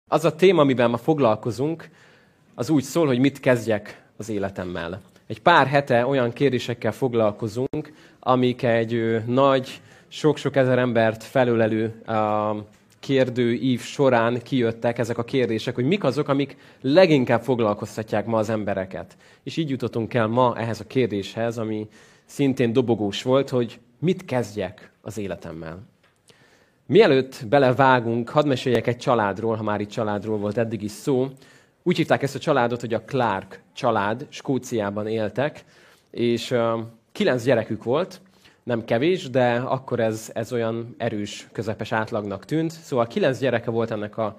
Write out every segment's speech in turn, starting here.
Az a téma, amiben ma foglalkozunk, az úgy szól, hogy mit kezdjek az életemmel. Egy pár hete olyan kérdésekkel foglalkozunk, amik egy nagy, sok-sok ezer embert felölelő kérdőív során kijöttek ezek a kérdések, hogy mik azok, amik leginkább foglalkoztatják ma az embereket. És így jutottunk el ma ehhez a kérdéshez, ami szintén dobogós volt, hogy mit kezdjek az életemmel. Mielőtt belevágunk, hadd meséljek egy családról, ha már itt családról volt eddig is szó. Úgy hívták ezt a családot, hogy a Clark család, Skóciában éltek, és 9 gyerekük volt, nem kevés, de akkor ez olyan erős, közepes átlagnak tűnt. Szóval 9 gyereke volt ennek a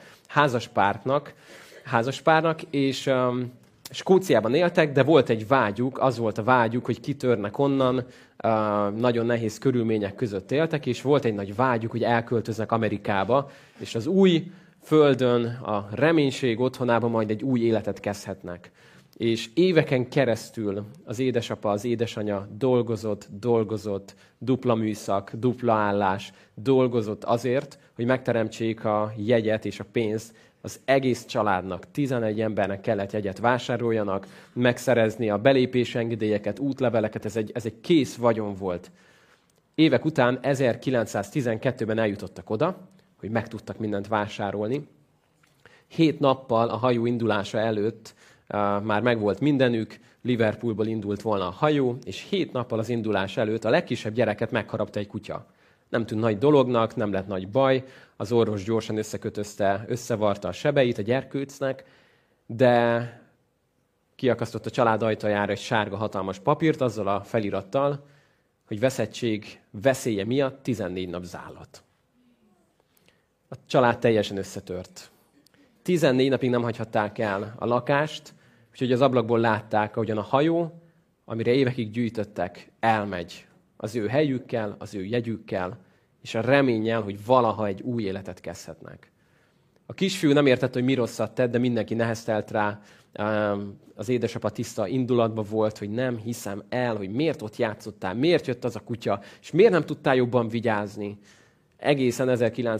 házaspárnak, és Skóciában éltek, de volt egy vágyuk, az volt a vágyuk, hogy kitörnek onnan, nagyon nehéz körülmények között éltek, és volt egy nagy vágyuk, hogy elköltöznek Amerikába, és az új földön, a reménység otthonában majd egy új életet kezdhetnek. És éveken keresztül az édesapa, az édesanya dolgozott, dupla műszak, dupla állás, dolgozott azért, hogy megteremtsék a jegyet és a pénzt az egész családnak. 11 embernek kellett jegyet vásároljanak, megszerezni a belépési engedélyeket, útleveleket, ez egy kész vagyon volt. Évek után 1912-ben eljutottak oda, hogy meg tudtak mindent vásárolni. 7 nappal a hajó indulása előtt már megvolt mindenük, Liverpoolból indult volna a hajó, és 7 nappal az indulás előtt a legkisebb gyereket megharapta egy kutya. Nem tűnt nagy dolognak, nem lett nagy baj, az orvos gyorsan összevarta a sebeit a gyerkőcnek, de kiakasztott a család ajtajára egy sárga hatalmas papírt azzal a felirattal, hogy veszettség veszélye miatt 14 nap zállat. A család teljesen összetört. 14 napig nem hagyhatták el a lakást, úgyhogy az ablakból látták, ahogyan a hajó, amire évekig gyűjtöttek, elmegy az ő helyükkel, az ő jegyükkel, és a reménnyel, hogy valaha egy új életet kezdhetnek. A kisfiú nem értett, hogy mi rosszat tett, de mindenki neheztelt rá. Az édesapa tiszta indulatban volt, hogy nem hiszem el, hogy miért ott játszottál, miért jött az a kutya, és miért nem tudtál jobban vigyázni. Egészen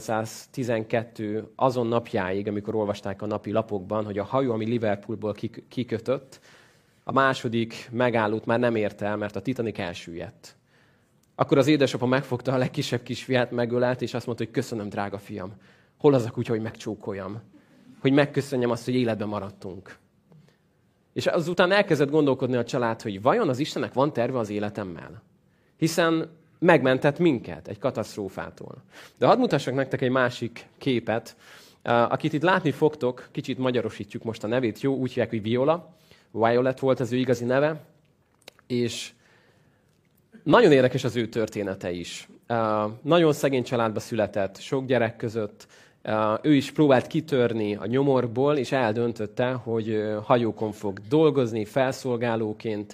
1912 azon napjáig, amikor olvasták a napi lapokban, hogy a hajó, ami Liverpoolból kikötött, a második megállót már nem érte el, mert a Titanic elsüllyedt. Akkor az édesapa megfogta a legkisebb kisfiát, megölelt, és azt mondta, hogy köszönöm, drága fiam. Hol az a kutya, hogy megcsókoljam? Hogy megköszönjem azt, hogy életben maradtunk. És azután elkezdett gondolkodni a család, hogy vajon az Istennek van terve az életemmel? Hiszen megmentett minket egy katasztrófától. De hadd mutassak nektek egy másik képet. Akit itt látni fogtok, kicsit magyarosítjuk most a nevét, jó? Úgy hívják, hogy Violet volt az ő igazi neve, és nagyon érdekes az ő története is. Nagyon szegény családba született, sok gyerek között. Ő is próbált kitörni a nyomorból, és eldöntötte, hogy hajókon fog dolgozni, felszolgálóként.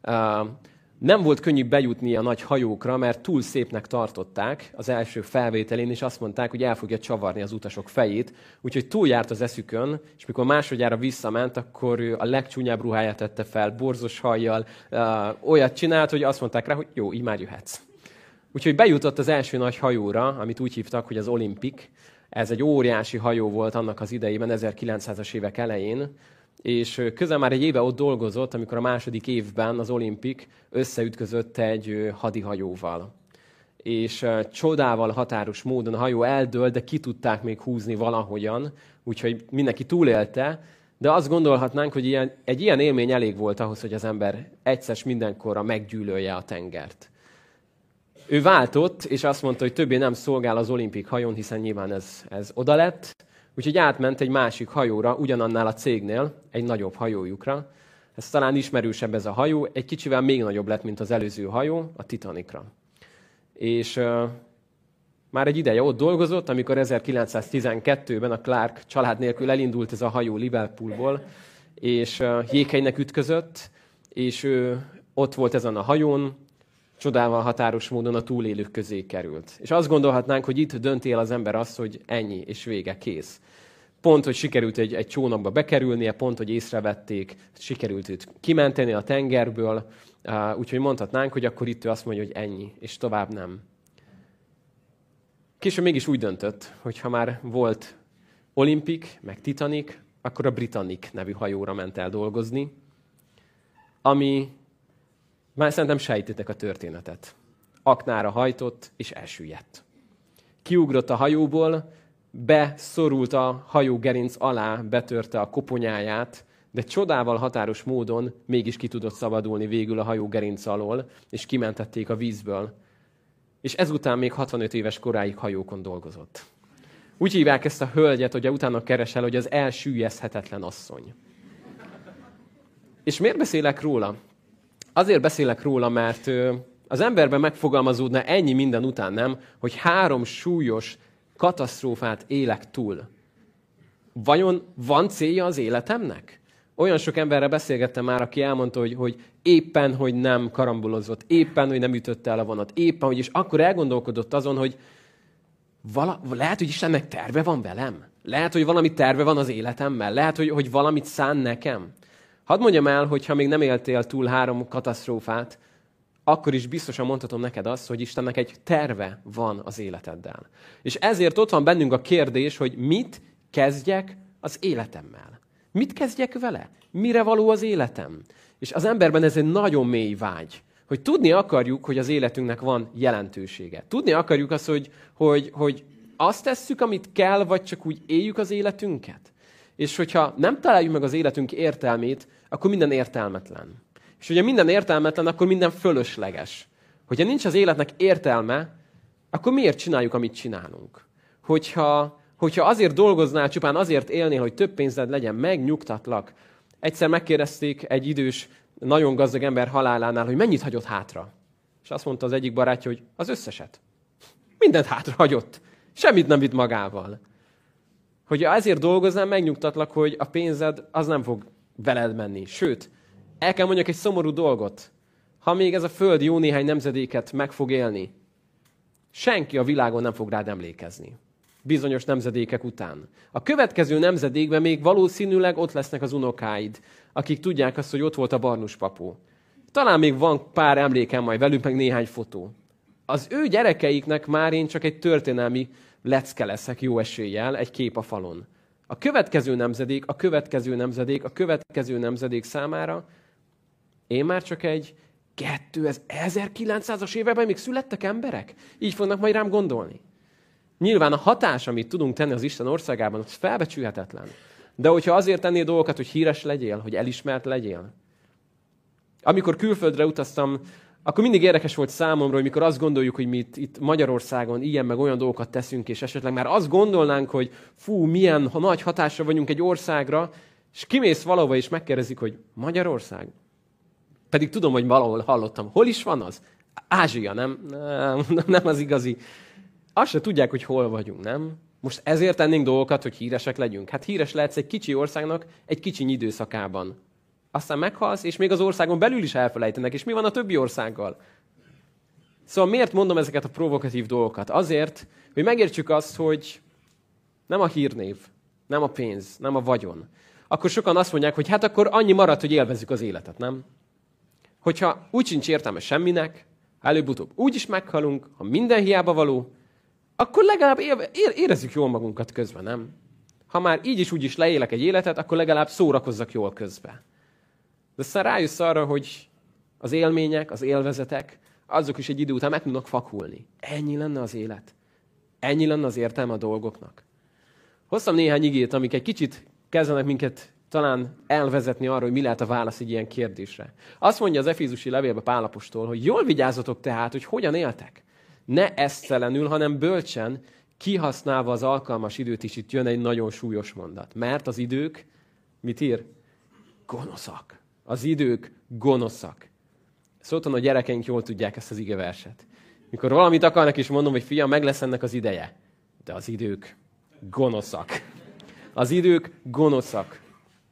Nem volt könnyű bejutni a nagy hajókra, mert túl szépnek tartották az első felvételén, és azt mondták, hogy el fogja csavarni az utasok fejét. Úgyhogy túljárt az eszükön, és mikor másodjára visszament, akkor ő a legcsúnyább ruháját tette fel, borzos hajjal, olyat csinált, hogy azt mondták rá, hogy jó, így már jöhetsz. Úgyhogy bejutott az első nagy hajóra, amit úgy hívtak, hogy az Olympic. Ez egy óriási hajó volt annak az idejében, 1900-as évek elején, és közel már egy éve ott dolgozott, amikor a második évben az Olympic összeütközött egy hadihajóval. És csodával, határos módon a hajó eldőlt, de ki tudták még húzni valahogyan, úgyhogy mindenki túlélte, de azt gondolhatnánk, hogy egy ilyen élmény elég volt ahhoz, hogy az ember egyszer mindenkorra meggyűlölje a tengert. Ő váltott, és azt mondta, hogy többé nem szolgál az Olympic hajón, hiszen nyilván ez oda lett, úgyhogy átment egy másik hajóra, ugyanannál a cégnél, egy nagyobb hajójukra. Ez talán ismerősebb ez a hajó, egy kicsivel még nagyobb lett, mint az előző hajó, a Titanicra. És már egy ideje ott dolgozott, amikor 1912-ben a Clark család nélkül elindult ez a hajó Liverpoolból, és jéghegynek ütközött, és ő ott volt ezen a hajón, csodával határos módon a túlélők közé került. És azt gondolhatnánk, hogy itt dönti el az ember azt, hogy ennyi, és vége, kész. Pont, hogy sikerült egy csónakba bekerülnie, pont, hogy észrevették, sikerült őt kimenteni a tengerből, úgyhogy mondhatnánk, hogy akkor itt ő azt mondja, hogy ennyi, és tovább nem. Később mégis úgy döntött, hogy ha már volt Olympic, meg Titanic, akkor a Britannic nevű hajóra ment el dolgozni, ami, már szerintem sejtitek a történetet. Aknára hajtott, és elsüllyedt. Kiugrott a hajóból, beszorult a hajógerinc alá, betörte a koponyáját, de csodával határos módon mégis ki tudott szabadulni végül a hajógerinc alól, és kimentették a vízből. És ezután még 65 éves koráig hajókon dolgozott. Úgy hívják ezt a hölgyet, hogy utána keresel, hogy az elsüllyeszthetetlen asszony. És miért beszélek róla? Azért beszélek róla, mert az emberben megfogalmazódna ennyi minden után, nem, hogy 3 súlyos katasztrófát élek túl. Vajon van célja az életemnek? Olyan sok emberrel beszélgettem már, aki elmondta, hogy éppen, hogy nem karambolozott, éppen, hogy nem ütötte el a vonat, éppen, hogy és akkor elgondolkodott azon, hogy lehet, hogy Istennek terve van velem? Lehet, hogy valami terve van az életemmel? Lehet, hogy valamit szán nekem? Hadd mondjam el, hogy ha még nem éltél túl 3 katasztrófát, akkor is biztosan mondhatom neked azt, hogy Istennek egy terve van az életeddel. És ezért ott van bennünk a kérdés, hogy mit kezdjek az életemmel. Mit kezdjek vele? Mire való az életem? És az emberben ez egy nagyon mély vágy, hogy tudni akarjuk, hogy az életünknek van jelentősége. Tudni akarjuk azt, hogy azt tesszük, amit kell, vagy csak úgy éljük az életünket. És hogyha nem találjuk meg az életünk értelmét, akkor minden értelmetlen. És hogyha minden értelmetlen, akkor minden fölösleges. Hogyha nincs az életnek értelme, akkor miért csináljuk, amit csinálunk? Hogyha azért dolgoznál, csupán azért élnél, hogy több pénzed legyen, megnyugtatlak. Egyszer megkérdezték egy idős, nagyon gazdag ember halálánál, hogy mennyit hagyott hátra. És azt mondta az egyik barátja, hogy az összeset. Mindent hátra hagyott. Semmit nem vitt magával. Hogyha ezért dolgoznál, megnyugtatlak, hogy a pénzed az nem fog veled menni. Sőt, el kell mondjak egy szomorú dolgot. Ha még ez a föld jó néhány nemzedéket meg fog élni, senki a világon nem fog rád emlékezni. Bizonyos nemzedékek után. A következő nemzedékben még valószínűleg ott lesznek az unokáid, akik tudják azt, hogy ott volt a Barnus papu. Talán még van pár emlékem majd velük, meg néhány fotó. Az ő gyerekeiknek már én csak egy történelmi lecke leszek jó eséllyel, egy kép a falon. A következő nemzedék, a következő nemzedék, a következő nemzedék számára én már csak egy 1900-as években még születtek emberek? Így fognak majd rám gondolni. Nyilván a hatás, amit tudunk tenni az Isten országában, az felbecsülhetetlen. De hogyha azért tennél dolgokat, hogy híres legyél, hogy elismert legyél. Amikor külföldre utaztam, akkor mindig érdekes volt számomra, hogy mikor azt gondoljuk, hogy mi itt Magyarországon ilyen meg olyan dolgokat teszünk, és esetleg már azt gondolnánk, hogy milyen nagy hatásra vagyunk egy országra, és kimész valahova, és megkérdezik, hogy Magyarország? Pedig tudom, hogy valahol hallottam. Hol is van az? Ázsia, nem? Nem az igazi. Azt se tudják, hogy hol vagyunk, nem? Most ezért tennénk dolgokat, hogy híresek legyünk. Hát híres lehetsz egy kicsi országnak egy kicsiny időszakában. Aztán meghalsz, és még az országon belül is elfelejtenek. És mi van a többi országgal? Szóval miért mondom ezeket a provokatív dolgokat? Azért, hogy megértsük azt, hogy nem a hírnév, nem a pénz, nem a vagyon. Akkor sokan azt mondják, hogy hát akkor annyi maradt, hogy élvezzük az életet, nem? Hogyha úgy sincs értelme semminek, előbb-utóbb úgy is meghalunk, ha minden hiába való, akkor legalább érezzük jól magunkat közben, nem? Ha már így is úgy is leélek egy életet, akkor legalább szórakozzak jól közben. De aztán rájössz arra, hogy az élmények, az élvezetek, azok is egy idő után meg tudnak fakulni. Ennyi lenne az élet. Ennyi lenne az értelme a dolgoknak. Hoztam néhány igét, amik egy kicsit kezdenek minket talán elvezetni arra, hogy mi lehet a válasz egy ilyen kérdésre. Azt mondja az Efézusi levélbe Pál apostol, hogy jól vigyázzatok tehát, hogy hogyan éltek. Ne esztelenül, hanem bölcsen, kihasználva az alkalmas időt is. Itt jön egy nagyon súlyos mondat. Mert az idők, mit ír? Gonoszak. Az idők gonoszak. Szóval a gyerekeink jól tudják ezt az igeverset. Mikor valamit akarnak, és mondom, hogy fiam, meg lesz ennek az ideje. De az idők gonoszak. Az idők gonoszak.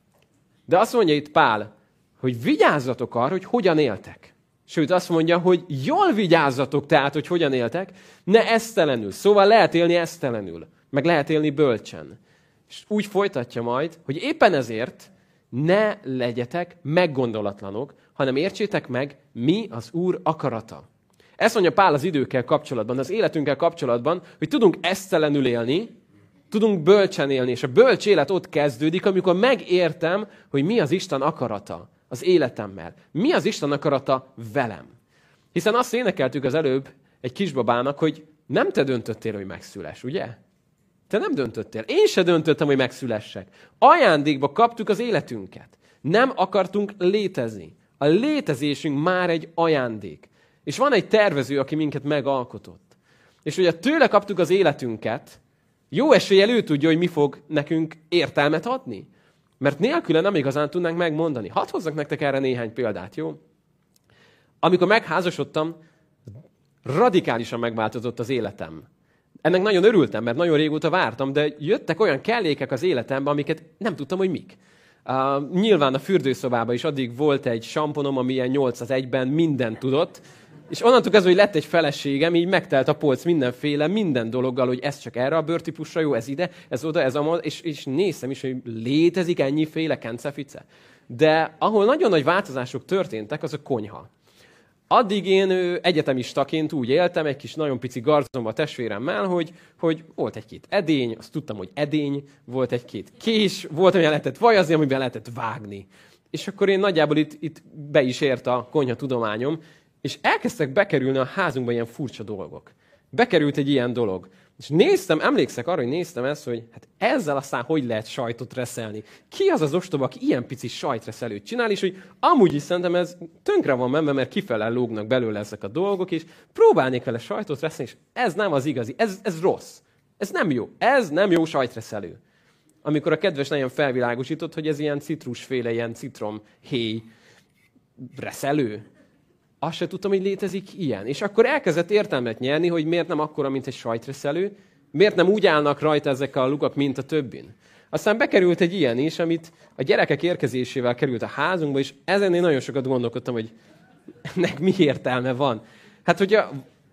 De azt mondja itt Pál, hogy vigyázzatok arra, hogy hogyan éltek. Sőt, azt mondja, hogy jól vigyázzatok tehát, hogy hogyan éltek, ne esztelenül. Szóval lehet élni esztelenül, meg lehet élni bölcsen. És úgy folytatja majd, hogy éppen ezért ne legyetek meggondolatlanok, hanem értsétek meg, mi az Úr akarata. Ezt mondja Pál az időkkel kapcsolatban, az életünkkel kapcsolatban, hogy tudunk esztelenül élni, tudunk bölcsen élni, és a bölcs élet ott kezdődik, amikor megértem, hogy mi az Isten akarata az életemmel. Mi az Isten akarata velem. Hiszen azt énekeltük az előbb egy kisbabának, hogy nem te döntöttél, hogy megszüless, ugye? Te nem döntöttél. Én se döntöttem, hogy megszülessek. Ajándékba kaptuk az életünket. Nem akartunk létezni. A létezésünk már egy ajándék. És van egy tervező, aki minket megalkotott. És ugye tőle kaptuk az életünket, jó eséllyel ő tudja, hogy mi fog nekünk értelmet adni. Mert nélküle nem igazán tudnánk megmondani. Hadd hozzak nektek erre néhány példát, jó? Amikor megházasodtam, radikálisan megváltozott az életem. Ennek nagyon örültem, mert nagyon régóta vártam, de jöttek olyan kellékek az életembe, amiket nem tudtam, hogy mik. Nyilván a fürdőszobában is addig volt egy samponom, ami ilyen 801-ben mindent tudott, és onnantól kezdve, hogy lett egy feleségem, így megtelt a polc mindenféle, minden dologgal, hogy ez csak erre a bőrtípusra jó, ez ide, ez oda, ez amaz, és néztem is, hogy létezik ennyiféle kencefice. De ahol nagyon nagy változások történtek, az a konyha. Addig én egyetemistaként úgy éltem, egy kis nagyon pici garzomba testvéremmel, hogy volt egy-két edény, azt tudtam, hogy edény, volt egy-két kés, volt, amiben lehetett vajazni, amiben lehetett vágni. És akkor én nagyjából itt be is ért a konyhatudományom, és elkezdtek bekerülni a házunkba ilyen furcsa dolgok. Bekerült egy ilyen dolog. És néztem, emlékszek arra, hogy néztem ezt, hogy hát ezzel aztán hogy lehet sajtot reszelni. Ki az az ostoba, aki ilyen pici sajtreszelőt csinál, és hogy amúgy is szerintem ez tönkre van menve, mert kifele lógnak belőle ezek a dolgok, és próbálnék vele sajtot reszelni, és ez nem az igazi, ez rossz. Ez nem jó. Ez nem jó sajtreszelő. Amikor a kedves nagyon felvilágosított, hogy ez ilyen citrusféle, ilyen citromhéj reszelő. Azt se tudtam, hogy létezik ilyen. És akkor elkezdett értelmet nyerni, hogy miért nem akkora, mint egy sajtreszelő, miért nem úgy állnak rajta ezek a lukak, mint a többin. Aztán bekerült egy ilyen is, amit a gyerekek érkezésével került a házunkba, és ezen én nagyon sokat gondolkodtam, hogy ennek mi értelme van. Hát, hogyha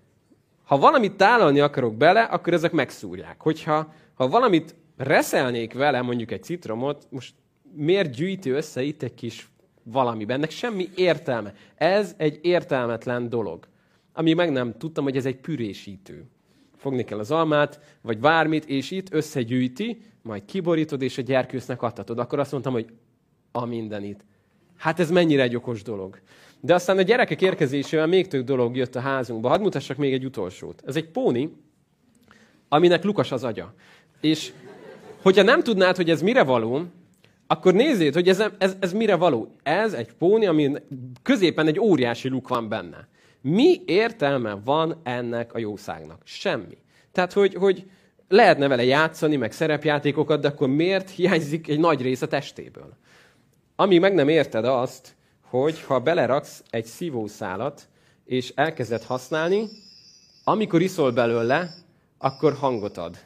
ha valamit tálalni akarok bele, akkor ezek megszúrják. Ha valamit reszelnék vele, mondjuk egy citromot, most miért gyűjti össze itt egy kis valamiben? Ennek semmi értelme. Ez egy értelmetlen dolog. Amíg meg nem tudtam, hogy ez egy pürésítő. Fogni kell az almát, vagy bármit, és itt összegyűjti, majd kiborítod, és a gyerkőcnek adhatod. Akkor azt mondtam, hogy a mindenit. Hát ez mennyire egy okos dolog. De aztán a gyerekek érkezésével még több dolog jött a házunkba. Hadd mutassak még egy utolsót. Ez egy póni, aminek lukas az agya. És hogyha nem tudnád, hogy ez mire való, akkor nézzéd, hogy ez mire való. Ez egy póni, ami középen egy óriási luk van benne. Mi értelme van ennek a jószágnak? Semmi. Tehát, hogy lehetne vele játszani, meg szerepjátékokat, de akkor miért hiányzik egy nagy rész a testéből? Amíg meg nem érted azt, hogy ha beleraksz egy szívószálat, és elkezded használni, amikor iszol belőle, akkor hangot ad.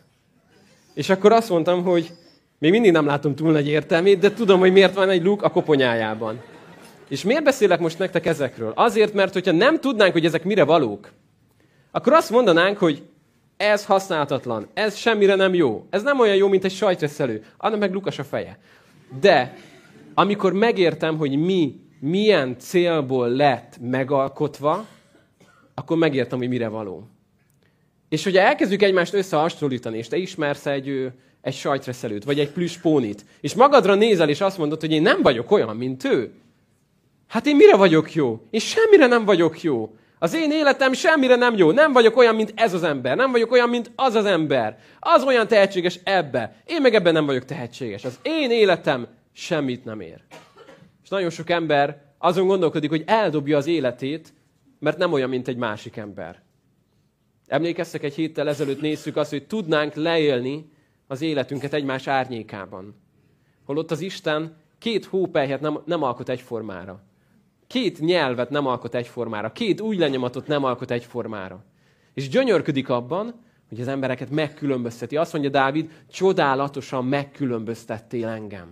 És akkor azt mondtam, hogy még mindig nem látom túl nagy értelmét, de tudom, hogy miért van egy luk a koponyájában. És miért beszélek most nektek ezekről? Azért, mert hogyha nem tudnánk, hogy ezek mire valók, akkor azt mondanánk, hogy ez használhatatlan, ez semmire nem jó, ez nem olyan jó, mint egy sajtreszelő, annak meg lukas a feje. De amikor megértem, hogy milyen célból lett megalkotva, akkor megértem, hogy mire való. És hogyha elkezdjük egymást összehasonlítani, és te ismersz egy sajtreszelőt, vagy egy plüss pónit, és magadra nézel, és azt mondod, hogy én nem vagyok olyan, mint ő. Hát én mire vagyok jó? Én semmire nem vagyok jó. Az én életem semmire nem jó. Nem vagyok olyan, mint ez az ember. Nem vagyok olyan, mint az az ember. Az olyan tehetséges ebbe. Én meg ebben nem vagyok tehetséges. Az én életem semmit nem ér. És nagyon sok ember azon gondolkodik, hogy eldobja az életét, mert nem olyan, mint egy másik ember. Emlékeztek, egy héttel ezelőtt néztük azt, hogy tudnánk leélni az életünket egymás árnyékában. Holott az Isten 2 hópelyhet nem alkot egyformára. 2 nyelvet nem alkot egyformára. 2 új lenyomatot nem alkot egyformára. És gyönyörködik abban, hogy az embereket megkülönbözteti. Azt mondja Dávid, csodálatosan megkülönböztettél engem.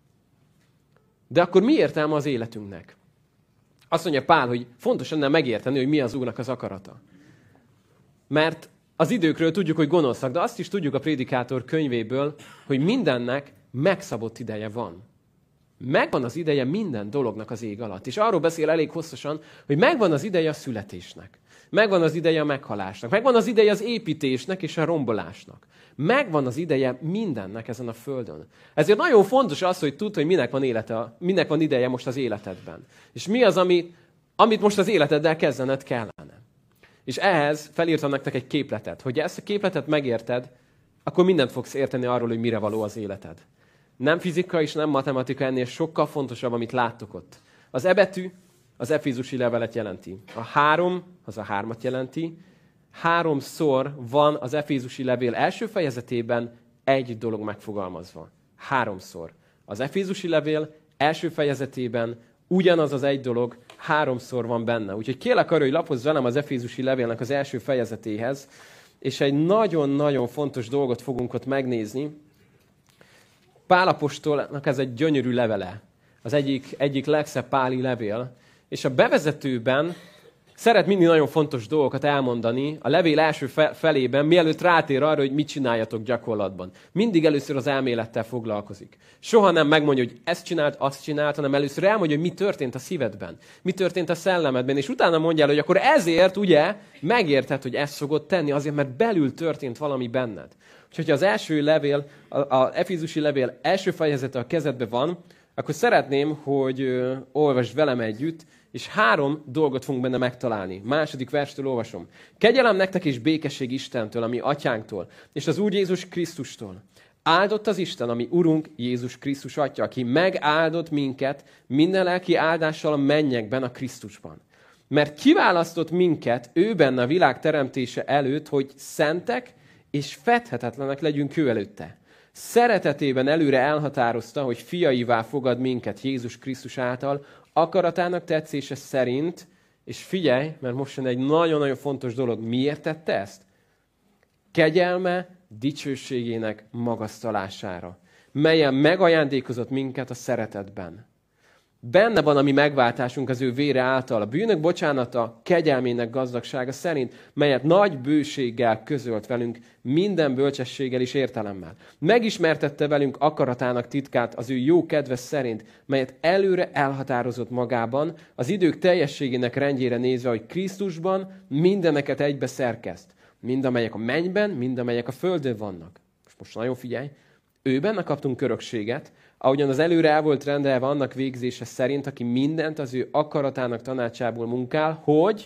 De akkor mi értelme az életünknek? Azt mondja Pál, hogy fontos lenne megérteni, hogy mi az Úrnak az akarata. Mert az időkről tudjuk, hogy gonoszak, de azt is tudjuk a Prédikátor könyvéből, hogy mindennek megszabott ideje van. Megvan az ideje minden dolognak az ég alatt. És arról beszél elég hosszasan, hogy megvan az ideje a születésnek. Megvan az ideje a meghalásnak. Megvan az ideje az építésnek és a rombolásnak. Megvan az ideje mindennek ezen a földön. Ezért nagyon fontos az, hogy tudd, hogy minek van ideje most az életedben. És mi az, amit most az életeddel kezdened kellene. És ehhez felírtam nektek egy képletet. Hogy ezt a képletet megérted, akkor mindent fogsz érteni arról, hogy mire való az életed. Nem fizika és nem matematika, ennél sokkal fontosabb, amit láttok ott. Az E betű az efézusi levelet jelenti. A 3 az a 3-at jelenti. 3-szor van az efézusi levél első fejezetében egy dolog megfogalmazva. 3-szor. Az efézusi levél első fejezetében ugyanaz az egy dolog 3-szor van benne. Úgyhogy kérlek arra, hogy lapozz velem az efézusi levélnek az első fejezetéhez, és egy nagyon-nagyon fontos dolgot fogunk ott megnézni. Pál apostolnak ez egy gyönyörű levele. Az egyik legszebb páli levél. És a bevezetőben szeret mindig nagyon fontos dolgokat elmondani a levél első felében, mielőtt rátér arra, hogy mit csináljatok gyakorlatban. Mindig először az elmélettel foglalkozik. Soha nem megmondja, hogy ezt csinált, azt csinált, hanem először elmondja, hogy mi történt a szívedben, mi történt a szellemedben, és utána mondja el, hogy akkor ezért, ugye, megérted, hogy ezt fogod tenni, azért, mert belül történt valami benned. Úgyhogy az első levél, az efézusi levél első fejezete a kezedben van, akkor szeretném, hogy olvasd velem együtt, és 3 dolgot fogunk benne megtalálni. Második verstől olvasom. Kegyelem nektek és békesség Istentől, ami atyánktól, és az Úr Jézus Krisztustól. Áldott az Isten, ami Urunk Jézus Krisztus atya, aki megáldott minket minden lelki áldással a mennyekben, a Krisztusban. Mert kiválasztott minket ő benne a világ teremtése előtt, hogy szentek és fedhetetlenek legyünk ő előtte. Szeretetében előre elhatározta, hogy fiaivá fogad minket Jézus Krisztus által, akaratának tetszése szerint, és figyelj, mert most jön egy nagyon-nagyon fontos dolog. Miért tette ezt? Kegyelme dicsőségének magasztalására, melyen megajándékozott minket a szeretetben. Benne van a mi megváltásunk az ő vére által, a bűnök bocsánata kegyelmének gazdagsága szerint, melyet nagy bőséggel közölt velünk minden bölcsességgel és értelemmel. Megismertette velünk akaratának titkát az ő jó kedve szerint, melyet előre elhatározott magában, az idők teljességének rendjére nézve, hogy Krisztusban mindeneket egybe szerkeszt. Mind amelyek a mennyben, mind amelyek a földön vannak. Most nagyon figyelj, ő benne kaptunk örökséget, ahogyan az előre el volt rendelve annak végzése szerint, aki mindent az ő akaratának tanácsából munkál,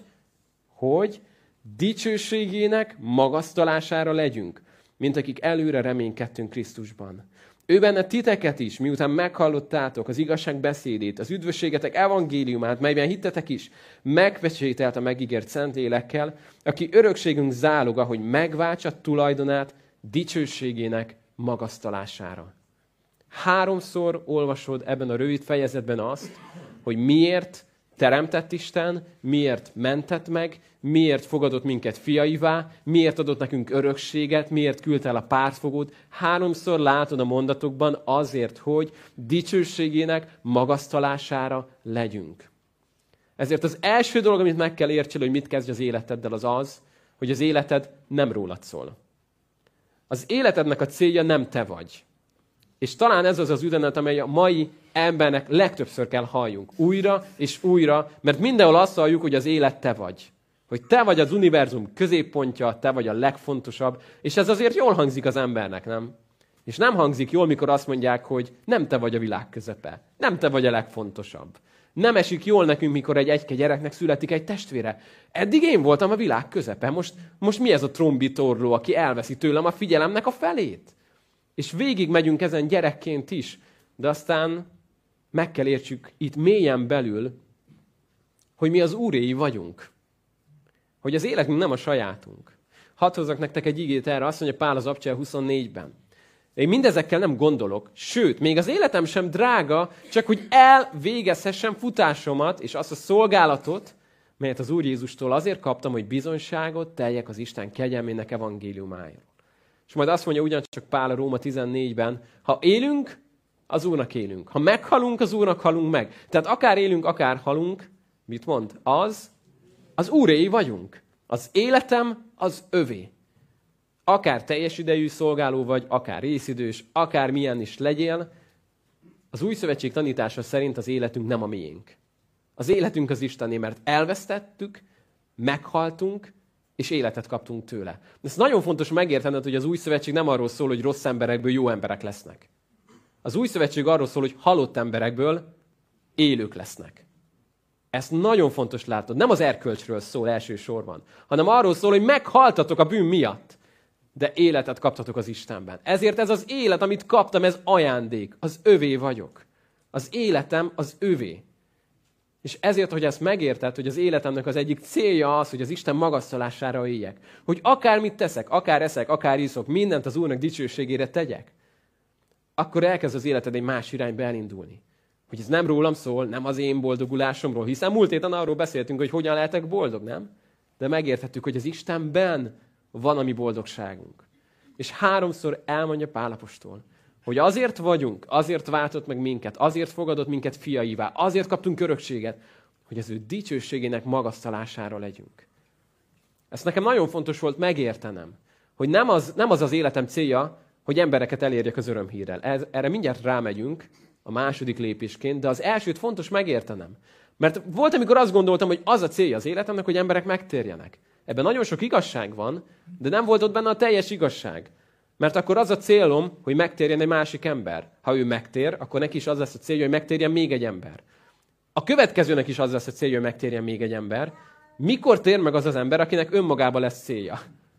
hogy dicsőségének magasztalására legyünk, mint akik előre reménykedtünk Krisztusban. Ő benne titeket is, miután meghallottátok az igazság beszédét, az üdvösségetek evangéliumát, melyben hittetek is, megpecsételt a megígért Szentlélekkel, aki örökségünk záloga, hogy megváltsa tulajdonát dicsőségének magasztalására. 3-szor olvasod ebben a rövid fejezetben azt, hogy miért teremtett Isten, miért mentett meg, miért fogadott minket fiaivá, miért adott nekünk örökséget, miért küldte el a pártfogót. 3-szor látod a mondatokban azért, hogy dicsőségének magasztalására legyünk. Ezért az első dolog, amit meg kell értsél, hogy mit kezdj az életeddel, az az, hogy az életed nem rólad szól. Az életednek a célja nem te vagy. És talán ez az az üzenet, amely a mai embernek legtöbbször kell halljunk. Újra és újra, mert mindenhol azt halljuk, hogy az élet te vagy. Hogy te vagy az univerzum középpontja, te vagy a legfontosabb, és ez azért jól hangzik az embernek, nem? És nem hangzik jól, mikor azt mondják, hogy nem te vagy a világ közepe, nem te vagy a legfontosabb. Nem esik jól nekünk, mikor egy egyke gyereknek születik egy testvére. Eddig én voltam a világ közepe, most mi ez a trombitorló, aki elveszi tőlem a figyelemnek a felét? És végig megyünk ezen gyerekként is, de aztán meg kell értsük itt mélyen belül, hogy mi az Úréi vagyunk. Hogy az életünk nem a sajátunk. Hadd hozzak nektek egy igét erre, azt mondja Pál az Apcsel 24-ben. Én mindezekkel nem gondolok, sőt, még az életem sem drága, csak hogy elvégezhessem futásomat, és azt a szolgálatot, melyet az Úr Jézustól azért kaptam, hogy bizonyságot teljek az Isten kegyelmének evangéliumáról. És majd azt mondja ugyancsak Pál a Róma 14-ben, ha élünk, az Úrnak élünk. Ha meghalunk, az Úrnak halunk meg. Tehát akár élünk, akár halunk, mit mond? Az Úréi vagyunk. Az életem az övé. Akár teljes idejű szolgáló vagy, akár részidős, akár milyen is legyél, az Új Szövetség tanítása szerint az életünk nem a miénk. Az életünk az Istené, mert elvesztettük, meghaltunk, és életet kaptunk tőle. Ez nagyon fontos megértened, hogy az új szövetség nem arról szól, hogy rossz emberekből jó emberek lesznek. Az új szövetség arról szól, hogy halott emberekből élők lesznek. Ezt nagyon fontos látod. Nem az erkölcsről szól elsősorban, hanem arról szól, hogy meghaltatok a bűn miatt, de életet kaptatok az Istenben. Ezért ez az élet, amit kaptam, ez ajándék. Az övé vagyok. Az életem az övé. És ezért, hogy ezt megérted, hogy az életemnek az egyik célja az, hogy az Isten magasztalására éljek. Hogy akármit teszek, akár eszek, akár iszok, mindent az Úrnak dicsőségére tegyek, akkor elkezd az életed egy más irányba elindulni. Hogy ez nem rólam szól, nem az én boldogulásomról, hiszen múlt héten arról beszéltünk, hogy hogyan lehetek boldog, nem? De megértettük, hogy az Istenben van a mi boldogságunk. És 3-szor elmondja Pál apostol, hogy azért vagyunk, azért váltott meg minket, azért fogadott minket fiaivá, azért kaptunk örökséget, hogy az ő dicsőségének magasztalására legyünk. Ezt nekem nagyon fontos volt megértenem, hogy nem az életem célja, hogy embereket elérjek az örömhírrel. Erre mindjárt rámegyünk a második lépésként, de az elsőt fontos megértenem. Mert volt, amikor azt gondoltam, hogy az a célja az életemnek, hogy emberek megtérjenek. Ebben nagyon sok igazság van, de nem volt ott benne a teljes igazság. Mert akkor az a célom, hogy megtérjen egy másik ember. Ha ő megtér, akkor neki is az lesz a célja, hogy megtérjen még egy ember. A következőnek is az lesz a célja, hogy megtérjen még egy ember. Mikor tér meg az az ember, akinek önmagában lesz célja?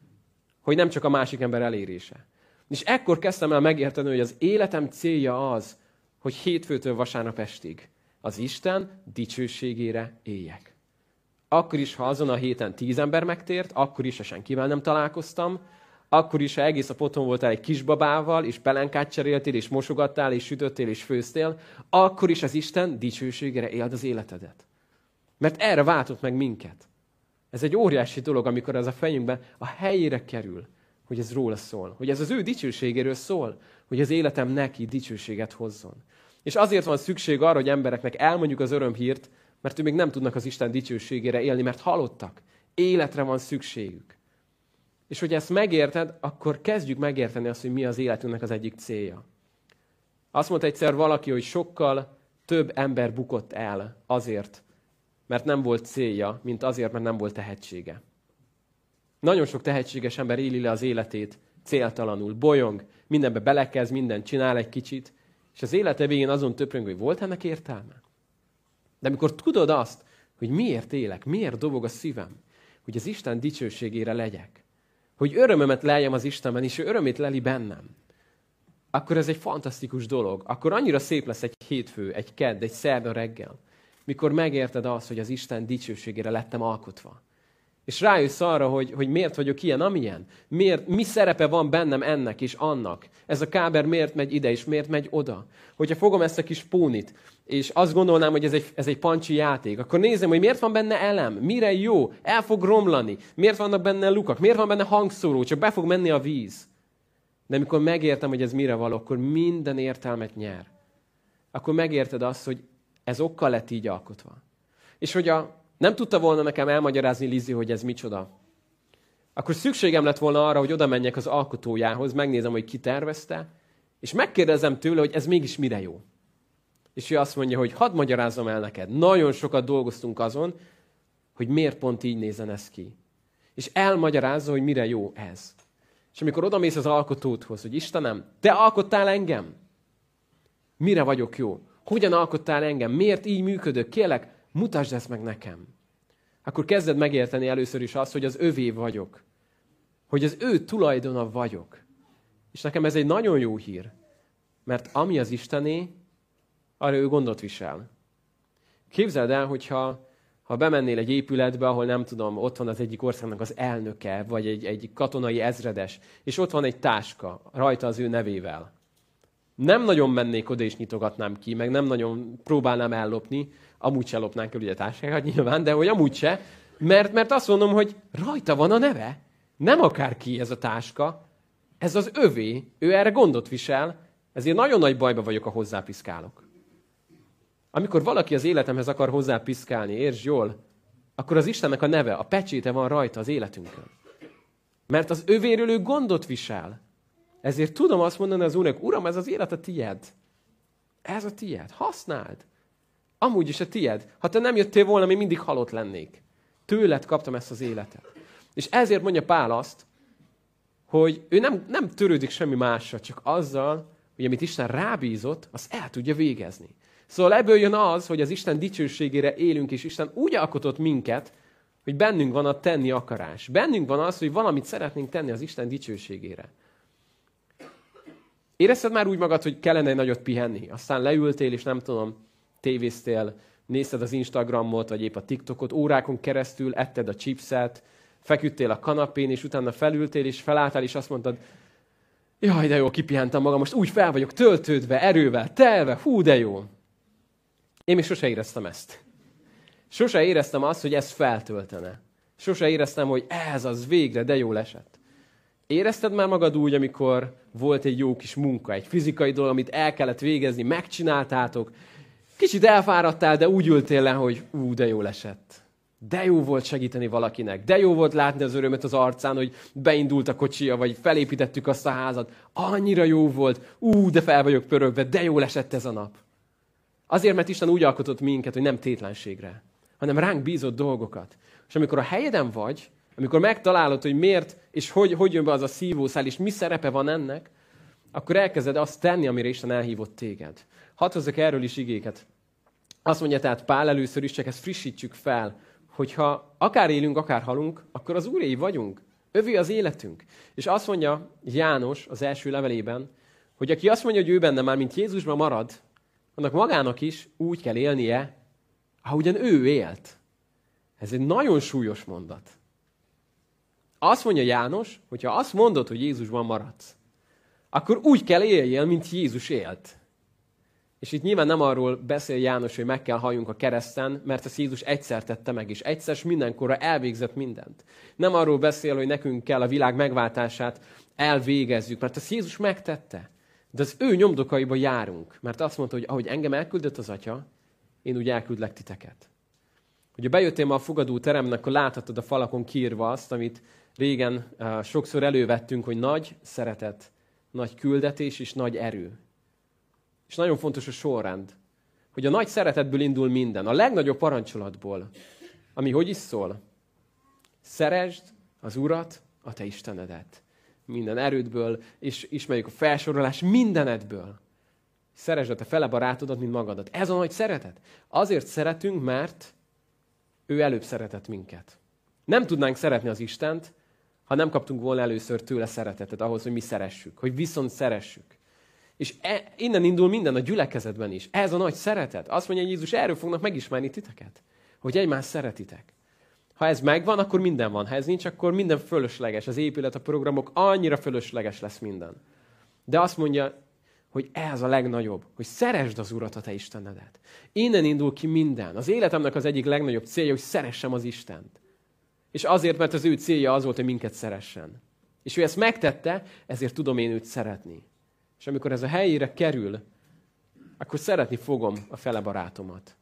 Hogy nem csak a másik ember elérése. És ekkor kezdtem el megérteni, hogy az életem célja az, hogy hétfőtől vasárnap estig az Isten dicsőségére éljek. Akkor is, ha azon a héten 10 ember megtért, akkor is, ha senkivel nem találkoztam, akkor is, ha egész nap otthon voltál egy kisbabával, és pelenkát cseréltél, és mosogattál, és sütöttél, és főztél, akkor is az Isten dicsőségére éld az életedet. Mert erre váltott meg minket. Ez egy óriási dolog, amikor ez a fejünkben a helyére kerül, hogy ez róla szól, hogy ez az ő dicsőségéről szól, hogy az életem neki dicsőséget hozzon. És azért van szükség arra, hogy embereknek elmondjuk az örömhírt, mert ők még nem tudnak az Isten dicsőségére élni, mert halottak. Életre van szükségük. És hogy ezt megérted, akkor kezdjük megérteni azt, hogy mi az életünknek az egyik célja. Azt mondta egyszer valaki, hogy sokkal több ember bukott el azért, mert nem volt célja, mint azért, mert nem volt tehetsége. Nagyon sok tehetséges ember éli le az életét céltalanul, bolyong, mindenbe belekezd, mindent csinál egy kicsit, és az élete végén azon töpröng, hogy volt ennek értelme. De amikor tudod azt, hogy miért élek, miért dobog a szívem, hogy az Isten dicsőségére legyek, hogy örömömet leljem az Istenben, és ő örömét leli bennem, akkor ez egy fantasztikus dolog. Akkor annyira szép lesz egy hétfő, egy kedd, egy szerda reggel, mikor megérted azt, hogy az Isten dicsőségére lettem alkotva. És rájössz arra, hogy miért vagyok ilyen, amilyen. Mi szerepe van bennem ennek és annak. Ez a káber miért megy ide, és miért megy oda. Hogyha fogom ezt a kis pónit, és azt gondolnám, hogy ez egy pancsi játék, akkor nézem, hogy miért van benne elem, mire jó, el fog romlani, miért vannak benne lukak, miért van benne hangszóró, csak be fog menni a víz. De amikor megértem, hogy ez mire való, akkor minden értelmet nyer. Akkor megérted azt, hogy ez okkal lett így alkotva. És hogy nem tudta volna nekem elmagyarázni Lizi, hogy ez micsoda, akkor szükségem lett volna arra, hogy oda menjek az alkotójához, megnézem, hogy ki tervezte, és megkérdezem tőle, hogy ez mégis mire jó. És ő azt mondja, hogy hadd magyarázzam el neked. Nagyon sokat dolgoztunk azon, hogy miért pont így nézzen ez ki. És elmagyarázza, hogy mire jó ez. És amikor odamész az alkotódhoz, hogy Istenem, te alkottál engem? Mire vagyok jó? Hogyan alkottál engem? Miért így működök? Kérlek, mutasd ezt meg nekem. Akkor kezded megérteni először is azt, hogy az övé vagyok. Hogy az ő tulajdona vagyok. És nekem ez egy nagyon jó hír. Mert ami az Istené, arra ő gondot visel. Képzeld el, hogyha bemennél egy épületbe, ahol nem tudom, ott van az egyik országnak az elnöke, vagy egy katonai ezredes, és ott van egy táska, rajta az ő nevével. Nem nagyon mennék oda és nyitogatnám ki, meg nem nagyon próbálnám ellopni, amúgy se lopnánk el ugye táskákat nyilván, de hogy amúgy se, mert azt mondom, hogy rajta van a neve. Nem akárki ez a táska, ez az övé, ő erre gondot visel, ezért nagyon nagy bajba vagyok, a hozzápiszkálok. Amikor valaki az életemhez akar hozzápiszkálni, értsd jól, akkor az Istennek a neve, a pecséte van rajta az életünkön. Mert az övéről ő gondot visel. Ezért tudom azt mondani az Úrnak, Uram, ez az élet a tied. Ez a tied. Használd. Amúgy is a tied. Ha te nem jöttél volna, még mindig halott lennék. Tőled kaptam ezt az életet. És ezért mondja Pál azt, hogy ő nem törődik semmi mással, csak azzal, hogy amit Isten rábízott, azt el tudja végezni. Szóval ebből jön az, hogy az Isten dicsőségére élünk, és Isten úgy alkotott minket, hogy bennünk van a tenni akarás. Bennünk van az, hogy valamit szeretnénk tenni az Isten dicsőségére. Érezted már úgy magad, hogy kellene egy nagyot pihenni? Aztán leültél, és nem tudom, tévéztél, nézted az Instagramot, vagy épp a TikTokot, órákon keresztül etted a chipset, feküdtél a kanapén, és utána felültél, és felálltál, és azt mondtad, jaj, de jó, kipihentem magam, most úgy fel vagyok töltődve, erővel, telve, hú, de jó. Én még sose éreztem ezt. Sose éreztem azt, hogy ez feltöltene. Sose éreztem, hogy ez az végre, de jól esett. Érezted már magad úgy, amikor volt egy jó kis munka, egy fizikai dolog, amit el kellett végezni, megcsináltátok, kicsit elfáradtál, de úgy ültél le, hogy de jól esett. De jó volt segíteni valakinek, de jó volt látni az örömet az arcán, hogy beindult a kocsia, vagy felépítettük azt a házat. Annyira jó volt, de fel vagyok pörögve, de jól esett ez a nap. Azért, mert Isten úgy alkotott minket, hogy nem tétlenségre, hanem ránk bízott dolgokat. És amikor a helyeden vagy, amikor megtalálod, hogy miért, és hogy jön be az a szívószál, és mi szerepe van ennek, akkor elkezded azt tenni, amire Isten elhívott téged. Hadd hozzak erről is igéket. Azt mondja tehát Pál először is, csak ezt frissítsük fel, hogyha akár élünk, akár halunk, akkor az Úréi vagyunk. Övé az életünk. És azt mondja János az első levelében, hogy aki azt mondja, hogy ő benne már, mint Jézusban marad, annak magának is úgy kell élnie, ahogyan ő élt. Ez egy nagyon súlyos mondat. Azt mondja János, hogyha azt mondod, hogy Jézusban maradsz, akkor úgy kell éljél, mint Jézus élt. És itt nyilván nem arról beszél János, hogy meg kell halljunk a kereszten, mert ezt Jézus egyszer tette meg, és egyszer mindenkorra elvégzett mindent. Nem arról beszél, hogy nekünk kell a világ megváltását elvégezzük, mert ezt Jézus megtette. De az ő nyomdokaiba járunk, mert azt mondta, hogy ahogy engem elküldött az Atya, én úgy elküldlek titeket. Hogyha bejöttél ma a fogadó teremnek, akkor láthatod a falakon kiírva azt, amit régen sokszor elővettünk, hogy nagy szeretet, nagy küldetés és nagy erő. És nagyon fontos a sorrend, hogy a nagy szeretetből indul minden, a legnagyobb parancsolatból, ami hogy is szól? Szeresd az Urat, a te Istenedet. Minden erődből, és ismerjük a felsorolás mindenedből. Szeresd a te fele barátodat, mint magadat. Ez a nagy szeretet. Azért szeretünk, mert ő előbb szeretett minket. Nem tudnánk szeretni az Istent, ha nem kaptunk volna először tőle szeretetet ahhoz, hogy mi szeressük, hogy viszont szeressük. És innen indul minden a gyülekezetben is. Ez a nagy szeretet. Azt mondja, hogy Jézus, erről fognak megismerni titeket, hogy egymást szeretitek. Ha ez megvan, akkor minden van. Ha ez nincs, akkor minden fölösleges. Az épület, a programok, annyira fölösleges lesz minden. De azt mondja, hogy ez a legnagyobb, hogy szeresd az Urat, a te Istenedet. Innen indul ki minden. Az életemnek az egyik legnagyobb célja, hogy szeressem az Istent. És azért, mert az ő célja az volt, hogy minket szeressen. És ő ezt megtette, ezért tudom én őt szeretni. És amikor ez a helyére kerül, akkor szeretni fogom a fele barátomat.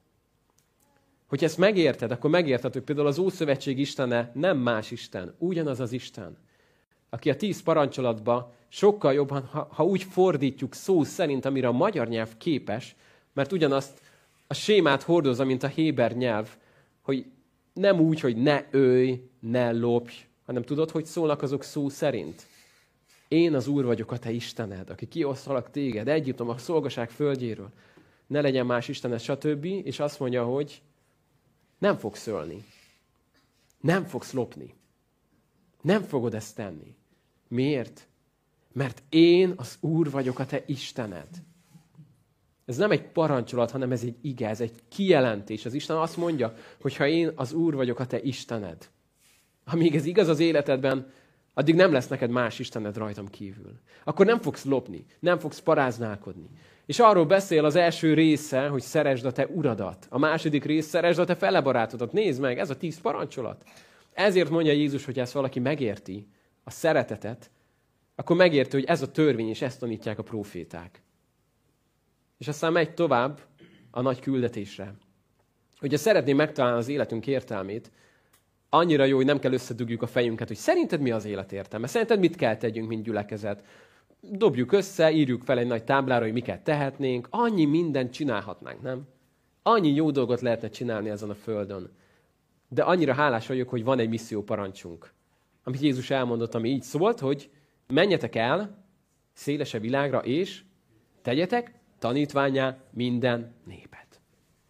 Hogyha ezt megérted, akkor megérted, hogy például az Ószövetség Istene nem más Isten, ugyanaz az Isten, aki a 10 parancsolatba sokkal jobban, ha úgy fordítjuk szó szerint, amire a magyar nyelv képes, mert ugyanazt a sémát hordozza, mint a héber nyelv, hogy nem úgy, hogy ne ölj, ne lopj, hanem tudod, hogy szólnak azok szó szerint? Én az Úr vagyok, a te Istened, aki kiosztalak téged Egyiptom, a szolgaság földjéről. Ne legyen más Istened, stb. És azt mondja, hogy nem fogsz ölni. Nem fogsz lopni. Nem fogod ezt tenni. Miért? Mert én az Úr vagyok, a te Istened. Ez nem egy parancsolat, hanem ez egy ige, ez egy kijelentés. Az Isten azt mondja, hogy ha én az Úr vagyok, a te Istened. Amíg ez igaz az életedben, addig nem lesz neked más Istened rajtam kívül. Akkor nem fogsz lopni, nem fogsz paráználkodni. És arról beszél az első része, hogy szeresd a te uradat. A második rész, szeresd a te fele barátodat. Nézd meg, ez a 10 parancsolat. Ezért mondja Jézus, hogy ezt valaki megérti, a szeretetet, akkor megérti, hogy ez a törvény, és ezt tanítják a próféták. És aztán megy tovább a nagy küldetésre. Hogyha szeretném megtalálni az életünk értelmét, annyira jó, hogy nem kell összedugjuk a fejünket, hogy szerinted mi az élet értelme? Szerinted mit kell tegyünk, mint gyülekezet? Dobjuk össze, írjuk fel egy nagy táblára, hogy miket tehetnénk. Annyi mindent csinálhatnánk, nem? Annyi jó dolgot lehetne csinálni ezen a földön. De annyira hálás vagyok, hogy van egy misszió parancsunk. amit Jézus elmondott, ami így szólt, hogy menjetek el szélesebb világra, és tegyetek tanítvánnyá minden népet.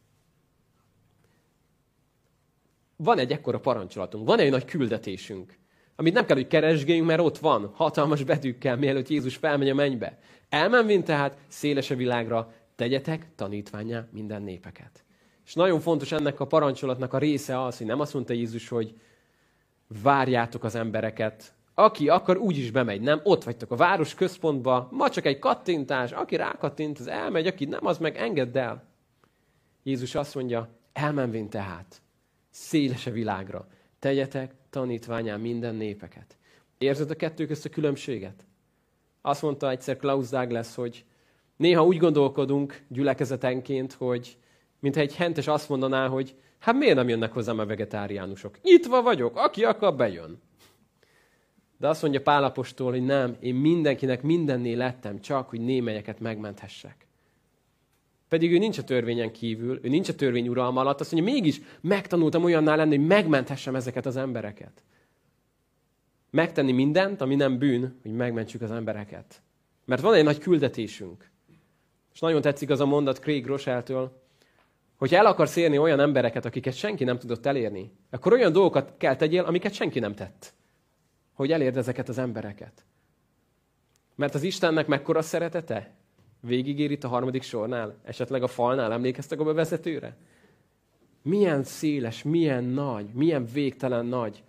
Van egy ekkora parancsolatunk, van egy nagy küldetésünk, amit nem kell, hogy keresgéljünk, mert ott van, hatalmas betűkkel, mielőtt Jézus felmegy a mennybe. Elmenvén tehát szélesebb világra, tegyetek tanítvánnyá minden népeket. És nagyon fontos ennek a parancsolatnak a része az, hogy nem azt mondta Jézus, hogy várjátok az embereket. Aki akar, úgy is bemegy, nem? Ott vagytok a város központba, ma csak egy kattintás, aki rákattint, az elmegy, aki nem, az meg engedd el. Jézus azt mondja, elmenvén tehát szélesebb világra, tegyetek tanítvánnyá minden népeket. Érzed a kettő közt a különbséget? Azt mondta egyszer Klaus Douglas, hogy néha úgy gondolkodunk gyülekezetenként, hogy mintha egy hentes azt mondaná, hogy hát miért nem jönnek hozzám a vegetáriánusok? Nyitva vagyok, aki akar, bejön. De azt mondja Pál apostol, hogy nem, én mindenkinek mindennél lettem, csak hogy némelyeket megmenthessek. Pedig ő nincs a törvényen kívül, ő nincs a törvény uralma alatt, azt mondja, mégis megtanultam olyanná lenni, hogy megmenthessem ezeket az embereket. Megtenni mindent, ami nem bűn, hogy megmentsük az embereket. Mert van egy nagy küldetésünk. És nagyon tetszik az a mondat Craig Rochelle-től, hogyha el akarsz érni olyan embereket, akiket senki nem tudott elérni, akkor olyan dolgokat kell tegyél, amiket senki nem tett. Hogy elérd ezeket az embereket. Mert az Istennek mekkora szeretete? Végigér itt a 3. sornál, esetleg a falnál, emlékeztek a bevezetőre? Milyen széles, milyen nagy, milyen végtelen nagy.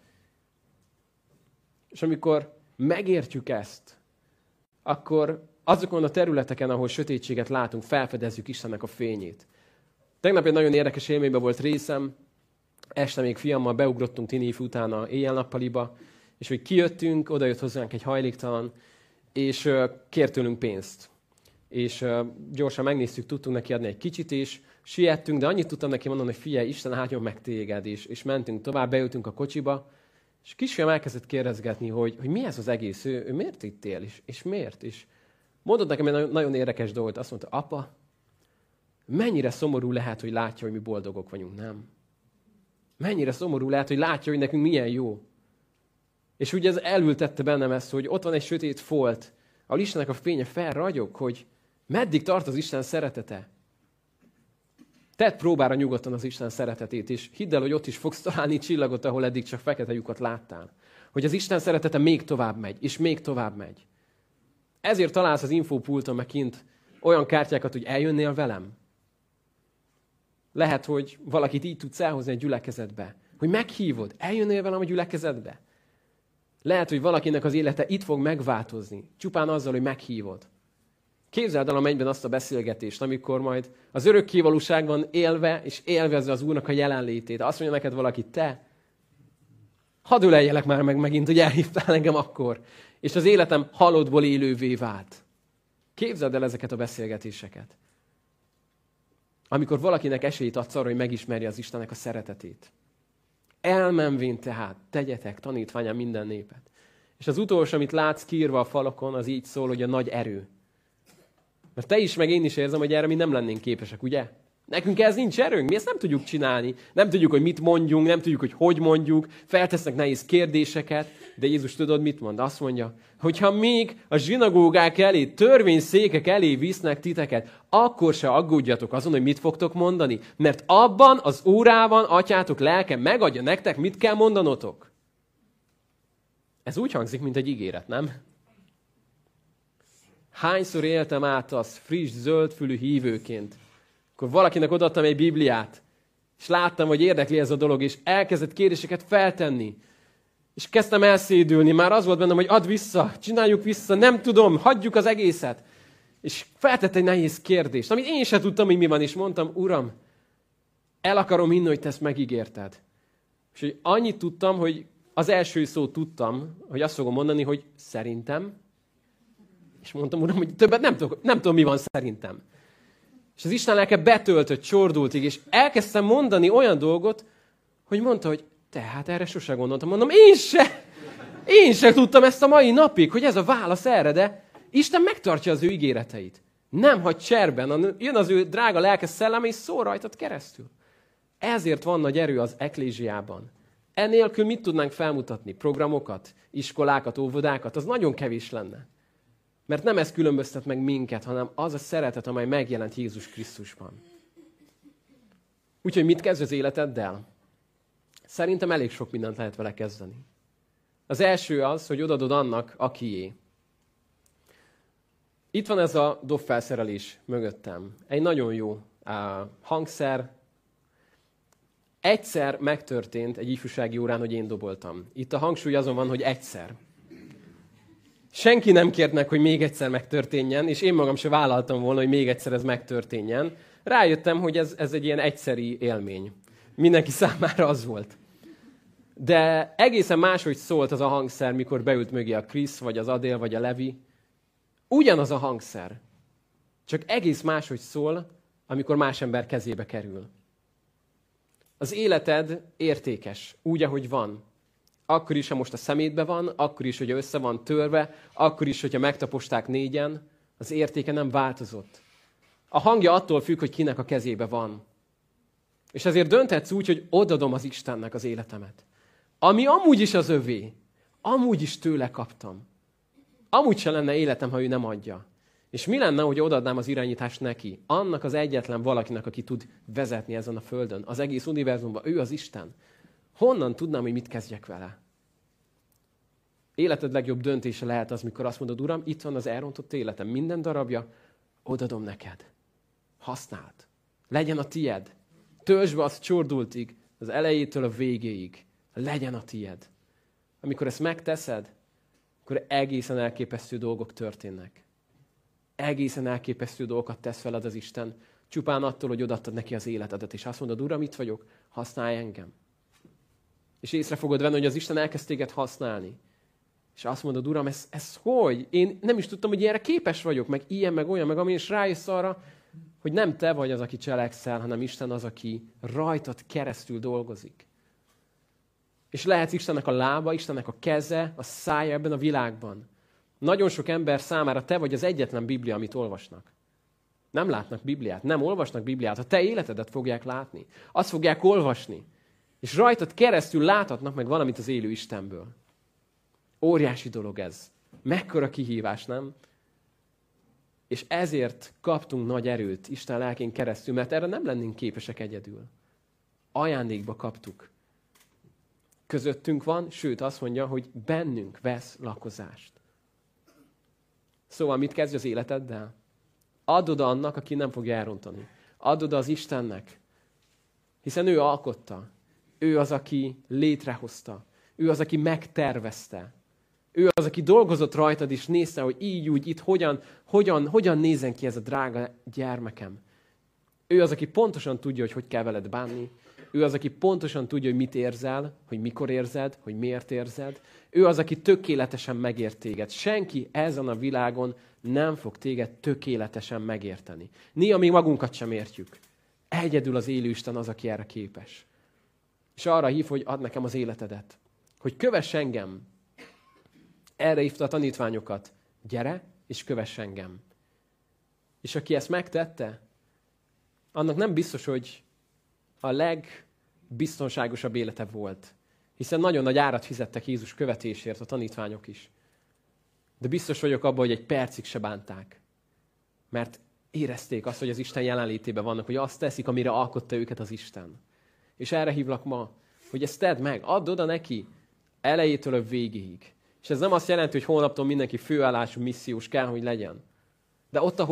És amikor megértjük ezt, akkor azokon a területeken, ahol sötétséget látunk, felfedezzük Istennek a fényét. Tegnap egy nagyon érdekes élményben volt részem, este még fiammal beugrottunk tini utána éjjel-nappaliba, és hogy kijöttünk, odajött hozzánk egy hajléktalan, és kért tőlünk pénzt. És gyorsan megnéztük, tudtunk neki adni egy kicsit, és siettünk, de annyit tudtam neki mondani, hogy figyelj, Isten áldjon meg téged, és mentünk tovább, beültünk a kocsiba, és kisfiam elkezdett kérdezgetni, hogy mi ez az egész, ő miért itt él, és miért? És mondott nekem egy nagyon érdekes dolgot, azt mondta, apa, mennyire szomorú lehet, hogy látja, hogy mi boldogok vagyunk, nem? Mennyire szomorú lehet, hogy látja, hogy nekünk milyen jó. És ugye ez elültette bennem ezt, hogy ott van egy sötét folt, ahol Istennek a fénye felragyog, hogy meddig tart az Isten szeretete. Tedd próbára nyugodtan az Isten szeretetét, és hidd el, hogy ott is fogsz találni csillagot, ahol eddig csak fekete lyukat láttál. Hogy az Isten szeretete még tovább megy, és még tovább megy. Ezért találsz az infópulton meg kint olyan kártyákat, hogy eljönnél velem. Lehet, hogy valakit így tudsz elhozni egy gyülekezetbe. Hogy meghívod, eljönnél velem a gyülekezetbe. Lehet, hogy valakinek az élete itt fog megváltozni, csupán azzal, hogy meghívod. Képzeld el a mennyben azt a beszélgetést, amikor majd az örökkévalóságban élve és élvezve az Úrnak a jelenlétét. Azt mondja neked valaki, te, hadd öleljelek már meg megint, hogy elhívtál engem akkor. És az életem halottból élővé vált. Képzeld el ezeket a beszélgetéseket. Amikor valakinek esélyt adsz arra, hogy megismerje az Istennek a szeretetét. Elmenvén tehát, tegyetek tanítvánnyá minden népet. És az utolsó, amit látsz kiírva a falakon, az így szól, hogy a nagy erő. Mert te is, meg én is érzem, hogy erre mi nem lennénk képesek, ugye? Nekünk ez nincs erőnk, mi ezt nem tudjuk csinálni. Nem tudjuk, hogy mit mondjunk, nem tudjuk, hogy mondjuk. Feltesznek nehéz kérdéseket, de Jézus tudod, mit mond? Azt mondja, hogyha még a zsinagógák elé, törvényszékek elé visznek titeket, akkor se aggódjatok azon, hogy mit fogtok mondani. Mert abban az órában atyátok lelke megadja nektek, mit kell mondanotok. Ez úgy hangzik, mint egy ígéret, nem? Hányszor éltem át azt friss, zöldfülű hívőként, akkor valakinek odaadtam egy Bibliát, és láttam, hogy érdekli ez a dolog, és elkezdett kérdéseket feltenni. És kezdtem elszédülni, már az volt bennem, hogy add vissza, csináljuk vissza, nem tudom, hagyjuk az egészet. És feltett egy nehéz kérdést, amit én sem tudtam, hogy mi van, és mondtam, Uram, el akarom hinni, hogy te ezt megígérted. És hogy annyit tudtam, hogy az első szót tudtam, hogy azt fogom mondani, hogy szerintem, és mondtam, Uram, hogy többet nem tudom, mi van szerintem. És az Isten lelke betöltött, csordultig, és elkezdtem mondani olyan dolgot, hogy mondta, hogy tehát erre sose gondoltam. Mondom, én se tudtam ezt a mai napig, hogy ez a válasz erre, de Isten megtartja az ő ígéreteit. Nem hagy cserben, jön az ő drága lelke szelleme, és szól rajtad keresztül. Ezért van nagy erő az eklézsiában. Enélkül mit tudnánk felmutatni? Programokat, iskolákat, óvodákat? Az nagyon kevés lenne. Mert nem ez különböztet meg minket, hanem az a szeretet, amely megjelent Jézus Krisztusban. Úgyhogy mit kezd az életeddel? Szerintem elég sok mindent lehet vele kezdeni. Az első az, hogy odadod annak, akié. Itt van ez a dobfelszerelés mögöttem. Egy nagyon jó hangszer. Egyszer megtörtént egy ifjúsági órán, hogy én doboltam. Itt a hangsúly azon van, hogy egyszer. Senki nem kért meg, hogy még egyszer megtörténjen, és én magam se vállaltam volna, hogy még egyszer ez megtörténjen. Rájöttem, hogy ez egy ilyen egyszeri élmény. Mindenki számára az volt. De egészen máshogy szólt az a hangszer, mikor beült mögé a Krisz, vagy az Adél, vagy a Levi. Ugyanaz a hangszer. Csak egész máshogy szól, amikor más ember kezébe kerül. Az életed értékes, úgy, ahogy van. Akkor is, ha most a szemétben van, akkor is, hogyha össze van törve, akkor is, hogyha megtaposták 4-en, az értéke nem változott. A hangja attól függ, hogy kinek a kezébe van. És ezért dönthetsz úgy, hogy odadom az Istennek az életemet. Ami amúgy is az övé, amúgy is tőle kaptam. Amúgy se lenne életem, ha ő nem adja. És mi lenne, hogy odaadnám az irányítást neki? Annak az egyetlen valakinek, aki tud vezetni ezen a földön, az egész univerzumban, ő az Isten. Honnan tudnám, hogy mit kezdjek vele? Életed legjobb döntése lehet az, mikor azt mondod, Uram, itt van az elrontott életem, minden darabja, odadom neked. Használd. Legyen a tied. Töltsd be azt csordultig, az elejétől a végéig. Legyen a tied. Amikor ezt megteszed, akkor egészen elképesztő dolgok történnek. Egészen elképesztő dolgokat tesz veled az Isten, csupán attól, hogy odaadtad neki az életedet, és azt mondod, Uram, itt vagyok, használj engem. És észre fogod venni, hogy az Isten elkezd téged használni. És azt mondod, Uram, ez hogy? Én nem is tudtam, hogy ilyenre képes vagyok, meg ilyen, meg olyan, meg ami, és rájössz arra, hogy nem te vagy az, aki cselekszel, hanem Isten az, aki rajtad keresztül dolgozik. És lehetsz Istennek a lába, Istennek a keze, a szája ebben a világban. Nagyon sok ember számára te vagy az egyetlen Biblia, amit olvasnak. Nem látnak Bibliát, nem olvasnak Bibliát. A te életedet fogják látni. Azt fogják olvasni. És rajtad keresztül láthatnak meg valamit az élő Istenből. Óriási dolog ez. Mekkora kihívás, nem? És ezért kaptunk nagy erőt Isten lelkén keresztül, mert erre nem lennénk képesek egyedül. Ajándékba kaptuk. Közöttünk van, sőt azt mondja, hogy bennünk vesz lakozást. Szóval mit kezdj az életeddel? Add oda annak, aki nem fogja elrontani. Add oda az Istennek. Hiszen ő alkotta. Ő az, aki létrehozta. Ő az, aki megtervezte. Ő az, aki dolgozott rajtad, és nézte, hogy így, úgy, itt hogyan nézen ki ez a drága gyermekem. Ő az, aki pontosan tudja, hogy kell veled bánni. Ő az, aki pontosan tudja, hogy mit érzel, hogy mikor érzed, hogy miért érzed. Ő az, aki tökéletesen megért téged. Senki ezen a világon nem fog téged tökéletesen megérteni. Néha még magunkat sem értjük. Egyedül az élő Isten az, aki erre képes. És arra hív, hogy add nekem az életedet. Hogy kövess engem. Erre hívta a tanítványokat. Gyere, és kövess engem. És aki ezt megtette, annak nem biztos, hogy a legbiztonságosabb élete volt. Hiszen nagyon nagy árat fizettek Jézus követésért a tanítványok is. De biztos vagyok abban, hogy egy percig se bánták. Mert érezték azt, hogy az Isten jelenlétében vannak, hogy azt teszik, amire alkotta őket az Isten. És erre hívlak ma, hogy ezt tedd meg, add oda neki elejétől a végéig. És ez nem azt jelenti, hogy holnaptól mindenki főállású missziós kell, hogy legyen. De ott,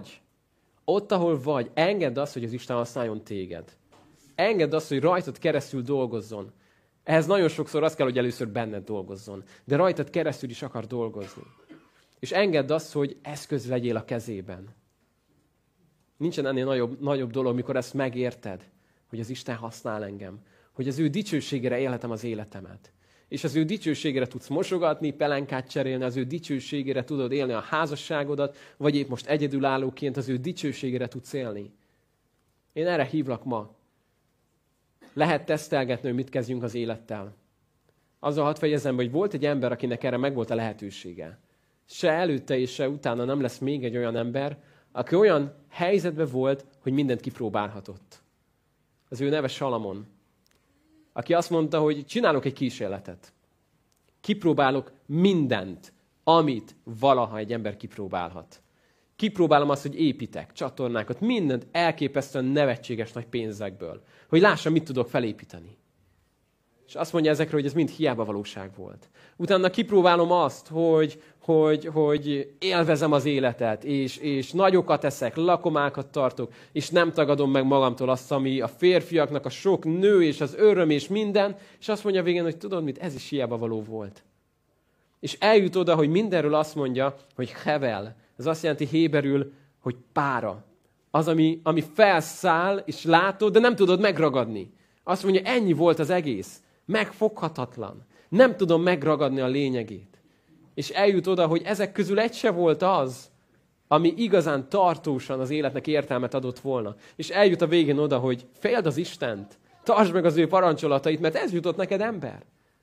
ahol vagy, engedd azt, hogy az Isten használjon téged. Engedd azt, hogy rajtad keresztül dolgozzon. Ehhez nagyon sokszor az kell, hogy először benned dolgozzon. De rajtad keresztül is akar dolgozni. És engedd azt, hogy eszköz legyél a kezében. Nincsen ennél nagyobb dolog, mikor ezt megérted, hogy az Isten használ engem. Hogy az ő dicsőségére élhetem az életemet. És az ő dicsőségére tudsz mosogatni, pelenkát cserélni, az ő dicsőségére tudod élni a házasságodat, vagy épp most egyedülállóként az ő dicsőségére tudsz élni. Én erre hívlak ma. Lehet tesztelgetni, hogy mit kezdjünk az élettel. Azzal hadd fejezem be, hogy volt egy ember, akinek erre megvolt a lehetősége. Se előtte és se utána nem lesz még egy olyan ember, aki olyan helyzetben volt, hogy mindent kipróbálhatott. Az ő neve Salamon. aki azt mondta, hogy csinálok egy kísérletet. Kipróbálok mindent, amit valaha egy ember kipróbálhat. Kipróbálom azt, hogy építek csatornákat, mindent elképesztően nevetséges nagy pénzekből, hogy lássam, mit tudok felépíteni. És azt mondja ezekről, hogy ez mind hiába valóság volt. Utána kipróbálom azt, hogy élvezem az életet, és nagyokat eszek, lakomákat tartok, és nem tagadom meg magamtól azt, ami a férfiaknak a sok nő, és az öröm, és minden, és azt mondja végén, hogy tudod mit, ez is hiába való volt. És eljut oda, hogy mindenről azt mondja, hogy hevel. Ez azt jelenti héberül, hogy pára. Az, ami felszáll, és látod, de nem tudod megragadni. Azt mondja, ennyi volt az egész. Megfoghatatlan. Nem tudom megragadni a lényegét. És eljut oda, hogy ezek közül egy se volt az, ami igazán tartósan az életnek értelmet adott volna. És eljut a végén oda, hogy féld az Istent, tartsd meg az ő parancsolatait, mert ez jutott neked, ember.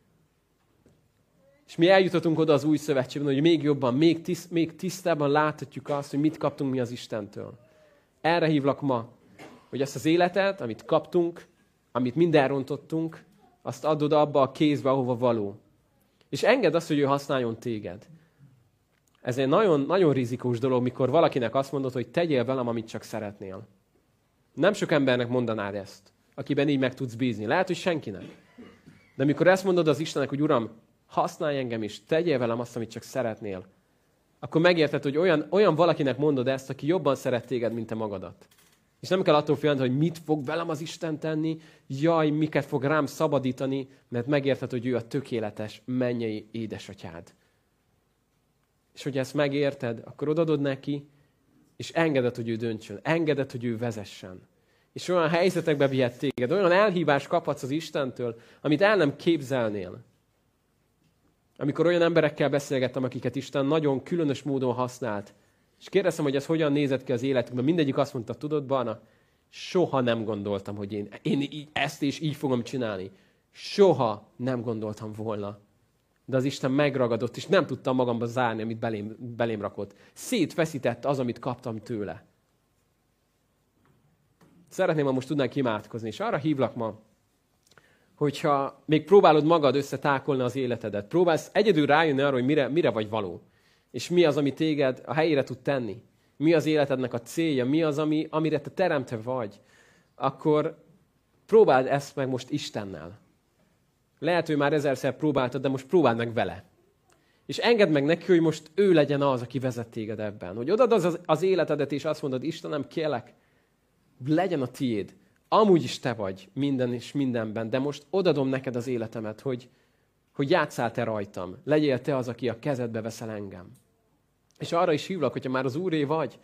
És mi eljutottunk oda az új szövetségben, hogy még jobban, még tisztában láthatjuk azt, hogy mit kaptunk mi az Istentől. Erre hívlak ma, hogy ezt az életet, amit kaptunk, amit mind elrontottunk, azt adod abba a kézbe, ahova való. És engedd azt, hogy ő használjon téged. Ez egy nagyon, nagyon rizikós dolog, mikor valakinek azt mondod, hogy tegyél velem, amit csak szeretnél. Nem sok embernek mondanád ezt, akiben így meg tudsz bízni. Lehet, hogy senkinek. De mikor ezt mondod az Istennek, hogy Uram, használj engem is, tegyél velem azt, amit csak szeretnél, akkor megérted, hogy olyan valakinek mondod ezt, aki jobban szeret téged, mint te magadat. És nem kell attól félned, hogy mit fog velem az Isten tenni, jaj, miket fog rám szabadítani, mert megérted, hogy ő a tökéletes mennyei édesatyád. És hogyha ezt megérted, akkor odadod neki, és engeded, hogy ő döntsön, engeded, hogy ő vezessen. És olyan helyzetekbe vihet téged, olyan elhívást kaphatsz az Istentől, amit el nem képzelnél. Amikor olyan emberekkel beszélgettem, akiket Isten nagyon különös módon használt, és kérdeztem, hogy ez hogyan nézett ki az életükben, mindegyik azt mondta, tudod, Barna, soha nem gondoltam, hogy én ezt és így fogom csinálni. Soha nem gondoltam volna. De az Isten megragadott, és nem tudtam magamba zárni, amit belém rakott. Szétfeszített az, amit kaptam tőle. Szeretném, ha most tudnánk imádkozni, és arra hívlak ma, hogyha még próbálod magad összetákolni az életedet, próbálsz egyedül rájönni arra, hogy mire vagy való, és mi az, ami téged a helyére tud tenni, mi az életednek a célja, mi az, amire te teremtve vagy, akkor próbáld ezt meg most Istennel. Lehet, hogy már ezerszer próbáltad, de most próbáld meg vele. És engedd meg neki, hogy most ő legyen az, aki vezet téged ebben. Hogy odad az életedet, és azt mondod, Istenem, kérlek, legyen a tiéd. Amúgy is te vagy minden és mindenben, de most odadom neked az életemet, hogy játsszál te rajtam. Legyél te az, aki a kezedbe veszel engem. És arra is hívlak, hogyha már az Úré vagy,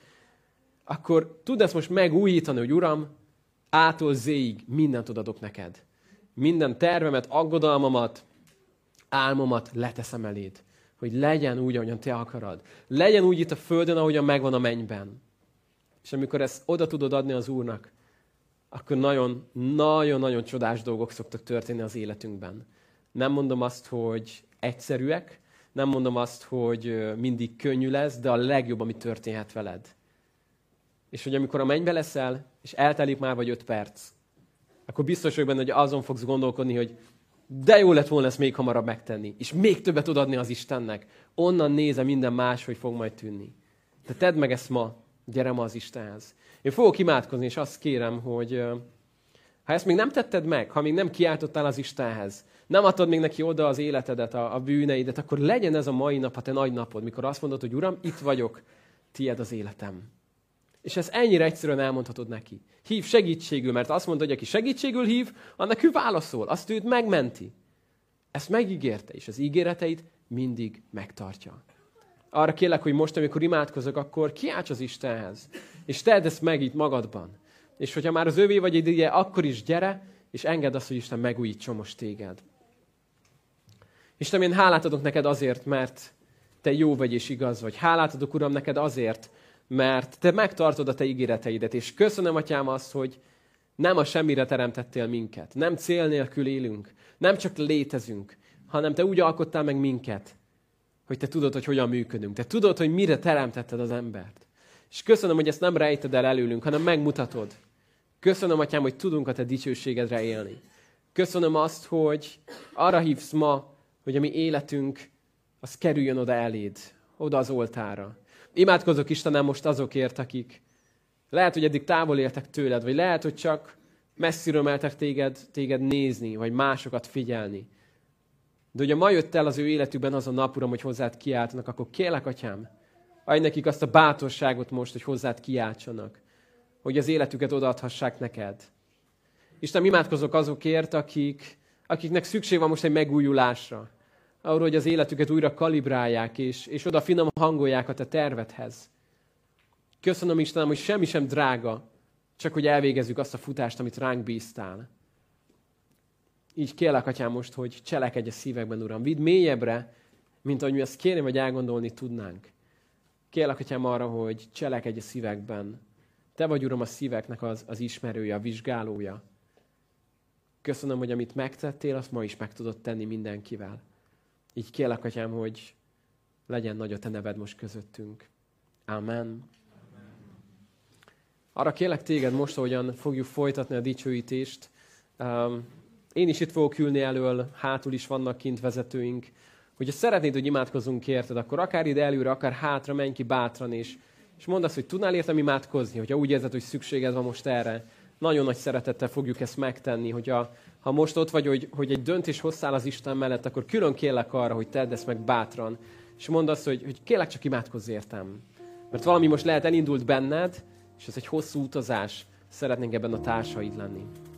akkor tudd ezt most megújítani, hogy Uram, A-tól Z-ig mindent odadok neked. Minden tervemet, aggodalmamat, álmomat leteszem eléd. Hogy legyen úgy, ahogyan te akarad. Legyen úgy itt a földön, ahogyan megvan a mennyben. És amikor ezt oda tudod adni az Úrnak, akkor nagyon-nagyon csodás dolgok szoktak történni az életünkben. Nem mondom azt, hogy egyszerűek, nem mondom azt, hogy mindig könnyű lesz, de a legjobb, ami történhet veled. És hogy amikor a mennybe leszel, és eltelik már vagy 5 perc, akkor biztos vagyok benne, hogy azon fogsz gondolkodni, hogy de jó lett volna ezt még hamarabb megtenni, és még többet odadni az Istennek. Onnan nézem minden más, hogy fog majd tűnni. De tedd meg ezt ma, gyere ma az Istenhez. Én fogok imádkozni, és azt kérem, hogy ha ezt még nem tetted meg, ha még nem kiáltottál az Istenhez, nem adtad még neki oda az életedet, a bűneidet, akkor legyen ez a mai nap, a te nagy napod, mikor azt mondod, hogy Uram, itt vagyok, tiéd az életem. És ezt ennyire egyszerűen elmondhatod neki. Hív segítségül, mert azt mondta, hogy aki segítségül hív, annak ő válaszol, azt őt megmenti. Ezt megígérte, és az ígéreteit mindig megtartja. Arra kérlek, hogy most, amikor imádkozok, akkor kiálts az Istenhez, és tedd ezt meg itt magadban. És hogyha már az övé vagy egy ideje, akkor is gyere, és engedd azt, hogy Isten megújítson most téged. Istenem, én hálát adok neked azért, mert te jó vagy és igaz vagy. Hálát adok, Uram, neked azért, mert te megtartod a te ígéreteidet, és köszönöm, Atyám, azt, hogy nem a semmire teremtettél minket, nem cél nélkül élünk, nem csak létezünk, hanem te úgy alkottál meg minket, hogy te tudod, hogy hogyan működünk. Te tudod, hogy mire teremtetted az embert. És köszönöm, hogy ezt nem rejted el előlünk, hanem megmutatod. Köszönöm, Atyám, hogy tudunk a te dicsőségedre élni. Köszönöm azt, hogy arra hívsz ma, hogy a mi életünk, az kerüljön oda eléd, oda az oltára. Imádkozok, Istenem, most azokért, akik lehet, hogy eddig távol éltek tőled, vagy lehet, hogy csak messziről mertek téged nézni, vagy másokat figyelni. De ugye ma jött el az ő életükben az a nap, Uram, hogy hozzád kiáltanak, akkor kérlek, Atyám, adj nekik azt a bátorságot most, hogy hozzád kiáltsanak, hogy az életüket odaadhassák neked. Istenem, imádkozok azokért, akiknek szükség van most egy megújulásra, arra, hogy az életüket újra kalibrálják, és oda finom hangolják a te tervedhez. Köszönöm, Istenem, hogy semmi sem drága, csak hogy elvégezzük azt a futást, amit ránk bíztál. Így kérlek, Atyám, most, hogy cselekedj a szívekben, Uram. Vidd mélyebbre, mint ahogy mi azt kérni, vagy elgondolni tudnánk. Kérlek, Atyám, arra, hogy cselekedj a szívekben. Te vagy, Uram, a szíveknek az ismerője, a vizsgálója. Köszönöm, hogy amit megtettél, azt ma is meg tudod tenni mindenkivel. Így kérlek, Atyám, hogy legyen nagy a te neved most közöttünk. Amen. Arra kérlek téged most, ahogyan fogjuk folytatni a dicsőítést. Én is itt fogok ülni elől, hátul is vannak kint vezetőink. Hogyha szeretnéd, hogy imádkozzunk érted, akkor akár ide előre, akár hátra menj ki bátran, és mondd azt, hogy tudnál értem imádkozni, hogyha úgy érzed, hogy szükséged van most erre. Nagyon nagy szeretettel fogjuk ezt megtenni, hogyha most ott vagy, hogy egy döntés hozzál az Isten mellett, akkor külön kérlek arra, hogy tedd ezt meg bátran. És mondd azt, hogy kérlek csak imádkozz értem. Mert valami most lehet elindult benned, és ez egy hosszú utazás. Szeretnénk ebben a társaid lenni.